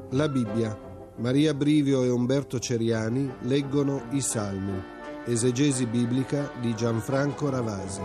La Bibbia. Maria Brivio e Umberto Ceriani leggono i Salmi. Esegesi biblica di Gianfranco Ravasi.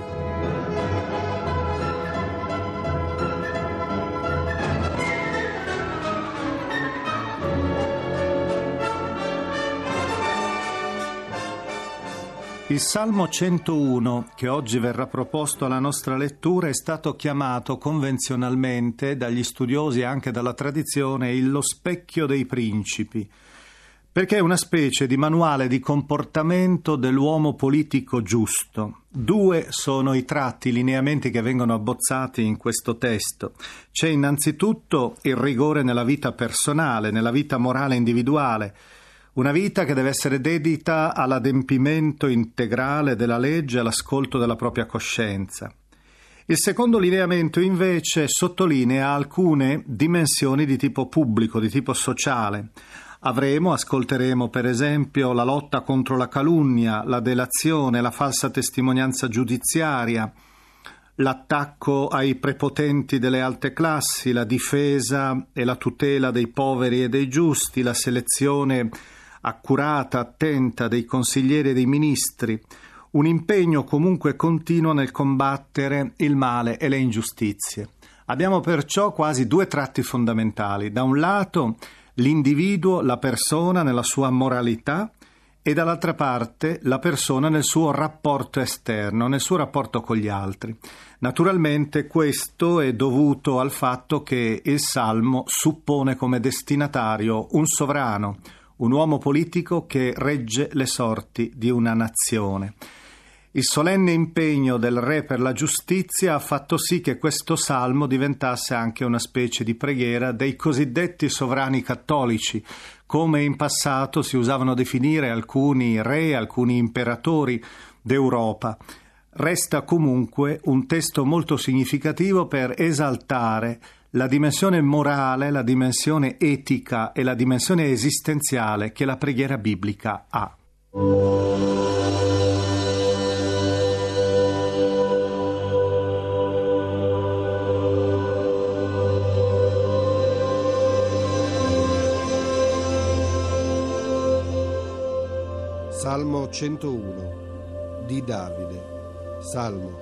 Il Salmo 101, che oggi verrà proposto alla nostra lettura, è stato chiamato convenzionalmente dagli studiosi e anche dalla tradizione lo specchio dei principi, perché è una specie di manuale di comportamento dell'uomo politico giusto. Due sono i tratti, i lineamenti che vengono abbozzati in questo testo. C'è innanzitutto il rigore nella vita personale, nella vita morale individuale, una vita che deve essere dedita all'adempimento integrale della legge e all'ascolto della propria coscienza. Il secondo lineamento invece sottolinea alcune dimensioni di tipo pubblico, di tipo sociale. Ascolteremo per esempio la lotta contro la calunnia, la delazione, la falsa testimonianza giudiziaria, l'attacco ai prepotenti delle alte classi, la difesa e la tutela dei poveri e dei giusti, la selezione accurata, attenta dei consiglieri e dei ministri, un impegno comunque continuo nel combattere il male e le ingiustizie. Abbiamo perciò quasi due tratti fondamentali: da un lato l'individuo, la persona nella sua moralità, e dall'altra parte la persona nel suo rapporto esterno, nel suo rapporto con gli altri. Naturalmente questo è dovuto al fatto che il Salmo suppone come destinatario un sovrano, un uomo politico che regge le sorti di una nazione. Il solenne impegno del re per la giustizia ha fatto sì che questo salmo diventasse anche una specie di preghiera dei cosiddetti sovrani cattolici, come in passato si usavano definire alcuni re, alcuni imperatori d'Europa. Resta comunque un testo molto significativo per esaltare la dimensione morale, la dimensione etica e la dimensione esistenziale che la preghiera biblica ha. Salmo 101 di Davide. Salmo.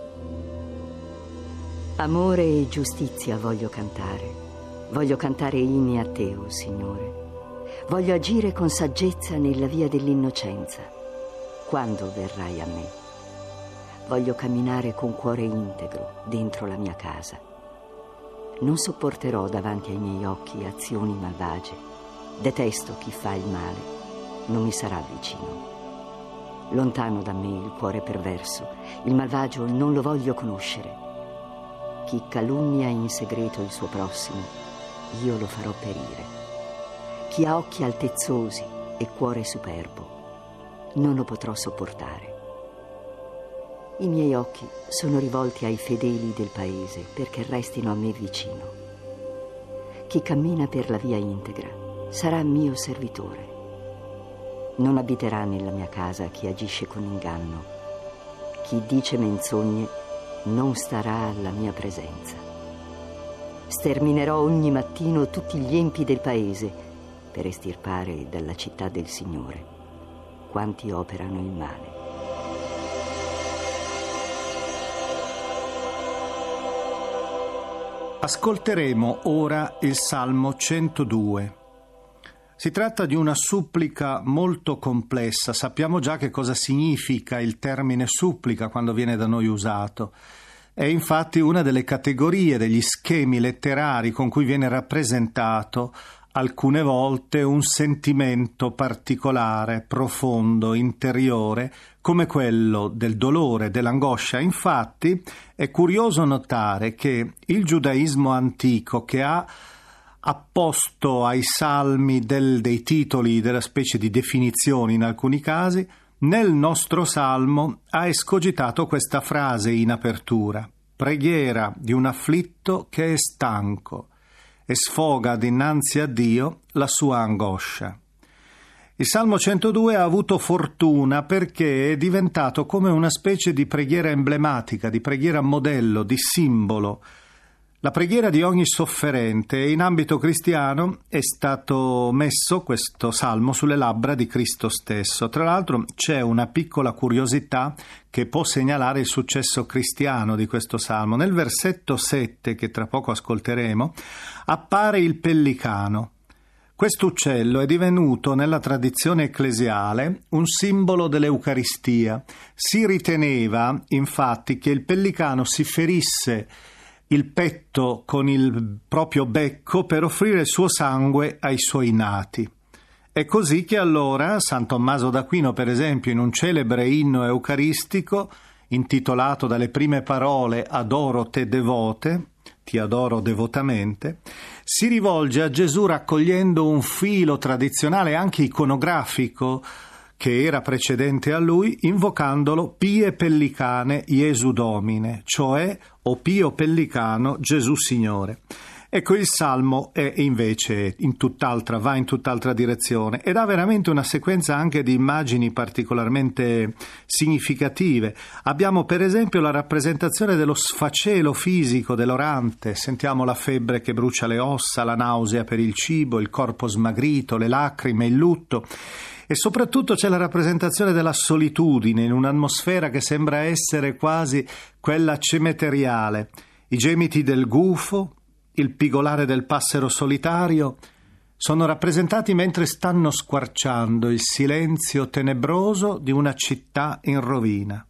Amore e giustizia voglio cantare inni a te, o Signore. Voglio agire con saggezza nella via dell'innocenza. Quando verrai a me? Voglio camminare con cuore integro dentro la mia casa. Non sopporterò davanti ai miei occhi azioni malvagie. Detesto chi fa il male, non mi sarà vicino. Lontano da me il cuore perverso, il malvagio non lo voglio conoscere. Chi calunnia in segreto il suo prossimo, io lo farò perire. Chi ha occhi altezzosi e cuore superbo, non lo potrò sopportare. I miei occhi sono rivolti ai fedeli del paese perché restino a me vicino. Chi cammina per la via integra sarà mio servitore. Non abiterà nella mia casa chi agisce con inganno. Chi dice menzogne non starà alla mia presenza. Sterminerò ogni mattino tutti gli empi del paese per estirpare dalla città del Signore quanti operano il male. Ascolteremo ora il Salmo 102. Si tratta di una supplica molto complessa. Sappiamo già che cosa significa il termine supplica quando viene da noi usato. È infatti una delle categorie degli schemi letterari con cui viene rappresentato alcune volte un sentimento particolare, profondo, interiore, come quello del dolore, dell'angoscia. Infatti è curioso notare che il giudaismo antico, che ha apposto ai salmi dei titoli, della specie di definizioni in alcuni casi, nel nostro salmo ha escogitato questa frase in apertura: preghiera di un afflitto che è stanco e sfoga dinanzi a Dio la sua angoscia. Il Salmo 102 ha avuto fortuna perché è diventato come una specie di preghiera emblematica, di preghiera modello, di simbolo. La preghiera di ogni sofferente, e in ambito cristiano è stato messo questo salmo sulle labbra di Cristo stesso. Tra l'altro c'è una piccola curiosità che può segnalare il successo cristiano di questo salmo. Nel versetto 7, che tra poco ascolteremo, appare il pellicano. Questo uccello è divenuto nella tradizione ecclesiale un simbolo dell'Eucaristia. Si riteneva infatti che il pellicano si ferisse il petto con il proprio becco per offrire il suo sangue ai suoi nati. È così che allora San Tommaso d'Aquino, per esempio, in un celebre inno eucaristico intitolato dalle prime parole Adoro te devote, ti adoro devotamente, si rivolge a Gesù raccogliendo un filo tradizionale anche iconografico che era precedente a lui, invocandolo Pie Pellicane Iesu Domine, cioè o Pio Pellicano Gesù Signore. Ecco, il Salmo è invece va in tutt'altra direzione ed ha veramente una sequenza anche di immagini particolarmente significative. Abbiamo per esempio la rappresentazione dello sfacelo fisico dell'orante, sentiamo la febbre che brucia le ossa, la nausea per il cibo, il corpo smagrito, le lacrime, il lutto. E soprattutto c'è la rappresentazione della solitudine in un'atmosfera che sembra essere quasi quella cemiteriale. I gemiti del gufo, il pigolare del passero solitario sono rappresentati mentre stanno squarciando il silenzio tenebroso di una città in rovina.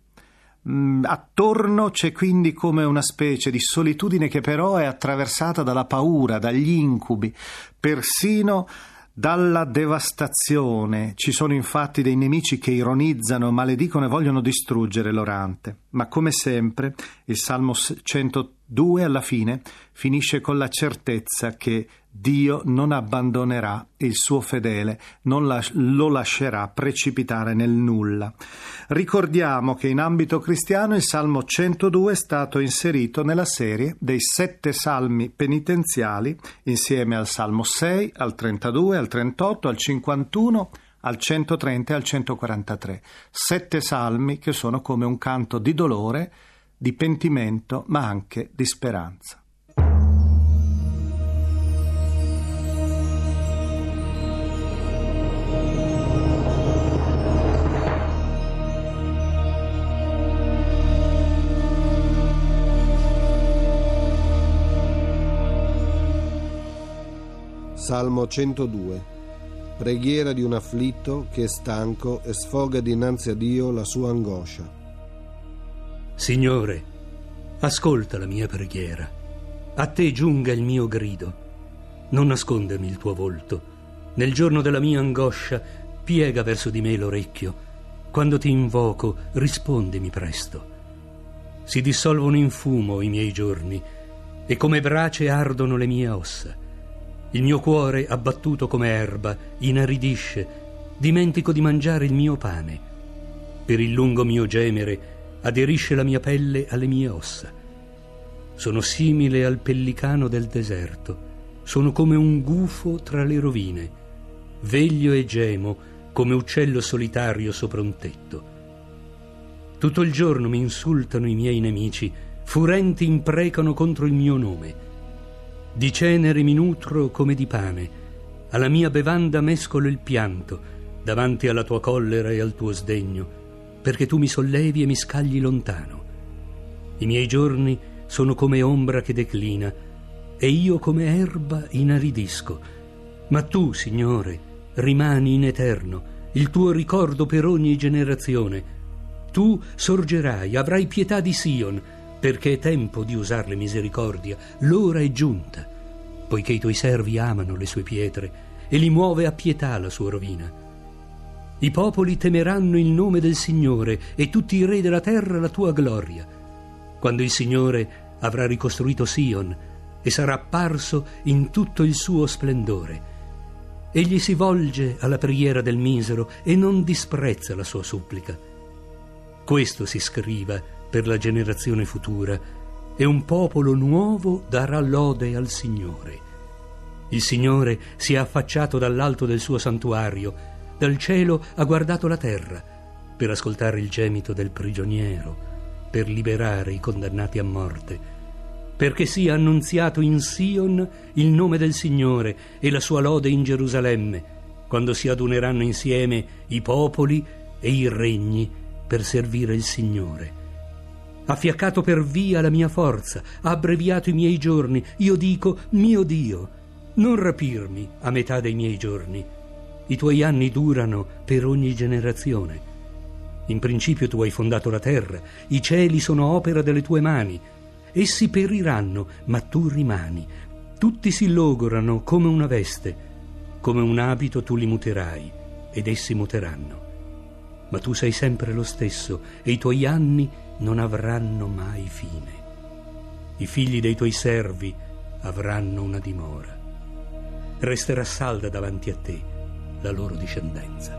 Attorno c'è quindi come una specie di solitudine che però è attraversata dalla paura, dagli incubi, persino dalla devastazione. Ci sono infatti dei nemici che ironizzano, maledicono e vogliono distruggere l'orante. Ma come sempre il Salmo 102 alla fine finisce con la certezza che Dio non abbandonerà il suo fedele, non lo lascerà precipitare nel nulla. Ricordiamo che in ambito cristiano il Salmo 102 è stato inserito nella serie dei 7 salmi penitenziali insieme al Salmo 6, al 32, al 38, al 51, al 130 e al 143. 7 salmi che sono come un canto di dolore, di pentimento, ma anche di speranza. Salmo 102. Preghiera di un afflitto che è stanco e sfoga dinanzi a Dio la sua angoscia. Signore, ascolta la mia preghiera. A te giunga il mio grido. Non nascondermi il tuo volto. Nel giorno della mia angoscia, piega verso di me l'orecchio. Quando ti invoco, rispondimi presto. Si dissolvono in fumo i miei giorni e come brace ardono le mie ossa. Il mio cuore, abbattuto come erba, inaridisce, dimentico di mangiare il mio pane. Per il lungo mio gemere aderisce la mia pelle alle mie ossa. Sono simile al pellicano del deserto, sono come un gufo tra le rovine. Veglio e gemo come uccello solitario sopra un tetto. Tutto il giorno mi insultano i miei nemici, furenti imprecano contro il mio nome. Di cenere mi nutro come di pane, alla mia bevanda mescolo il pianto, davanti alla tua collera e al tuo sdegno, perché tu mi sollevi e mi scagli lontano. I miei giorni sono come ombra che declina, e io come erba inaridisco. Ma tu, Signore, rimani in eterno, il tuo ricordo per ogni generazione. Tu sorgerai, avrai pietà di Sion, perché è tempo di usarle misericordia, l'ora è giunta, poiché i tuoi servi amano le sue pietre e li muove a pietà la sua rovina. I popoli temeranno il nome del Signore e tutti i re della terra la tua gloria, quando il Signore avrà ricostruito Sion e sarà apparso in tutto il suo splendore. Egli si volge alla preghiera del misero e non disprezza la sua supplica. Questo si scriva per la generazione futura, e un popolo nuovo darà lode al Signore. Il Signore si è affacciato dall'alto del suo santuario, dal cielo ha guardato la terra, per ascoltare il gemito del prigioniero, per liberare i condannati a morte. perché sia annunziato in Sion il nome del Signore e la sua lode in Gerusalemme, quando si aduneranno insieme i popoli e i regni per servire il Signore. Ha fiaccato per via la mia forza, ha abbreviato i miei giorni. Io dico, mio Dio, non rapirmi a metà dei miei giorni. I tuoi anni durano per ogni generazione. In principio tu hai fondato la terra, i cieli sono opera delle tue mani. Essi periranno, ma tu rimani. Tutti si logorano come una veste. Come un abito tu li muterai, ed essi muteranno. Ma tu sei sempre lo stesso, e i tuoi anni non avranno mai fine. I figli dei tuoi servi avranno una dimora. Resterà salda davanti a te la loro discendenza.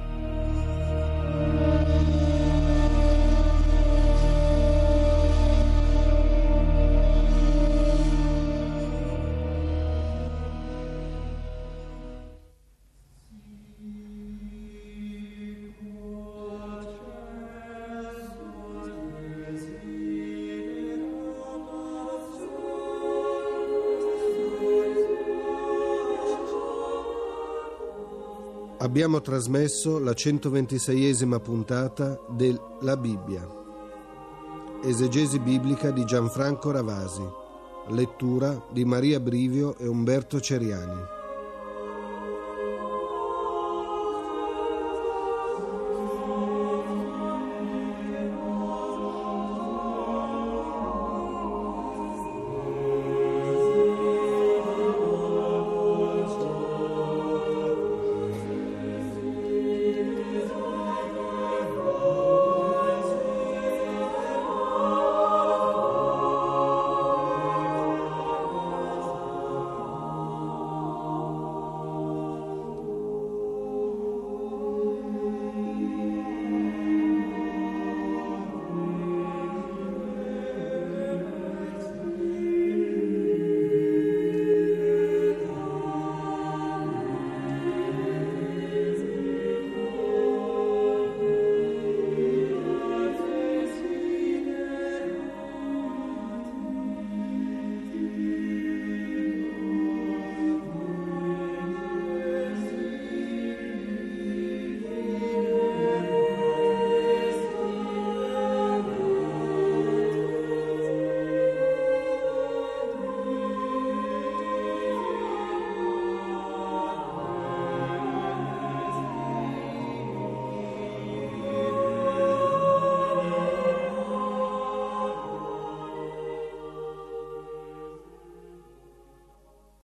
Abbiamo trasmesso la 126esima puntata del La Bibbia. Esegesi biblica di Gianfranco Ravasi. Lettura di Maria Brivio e Umberto Ceriani.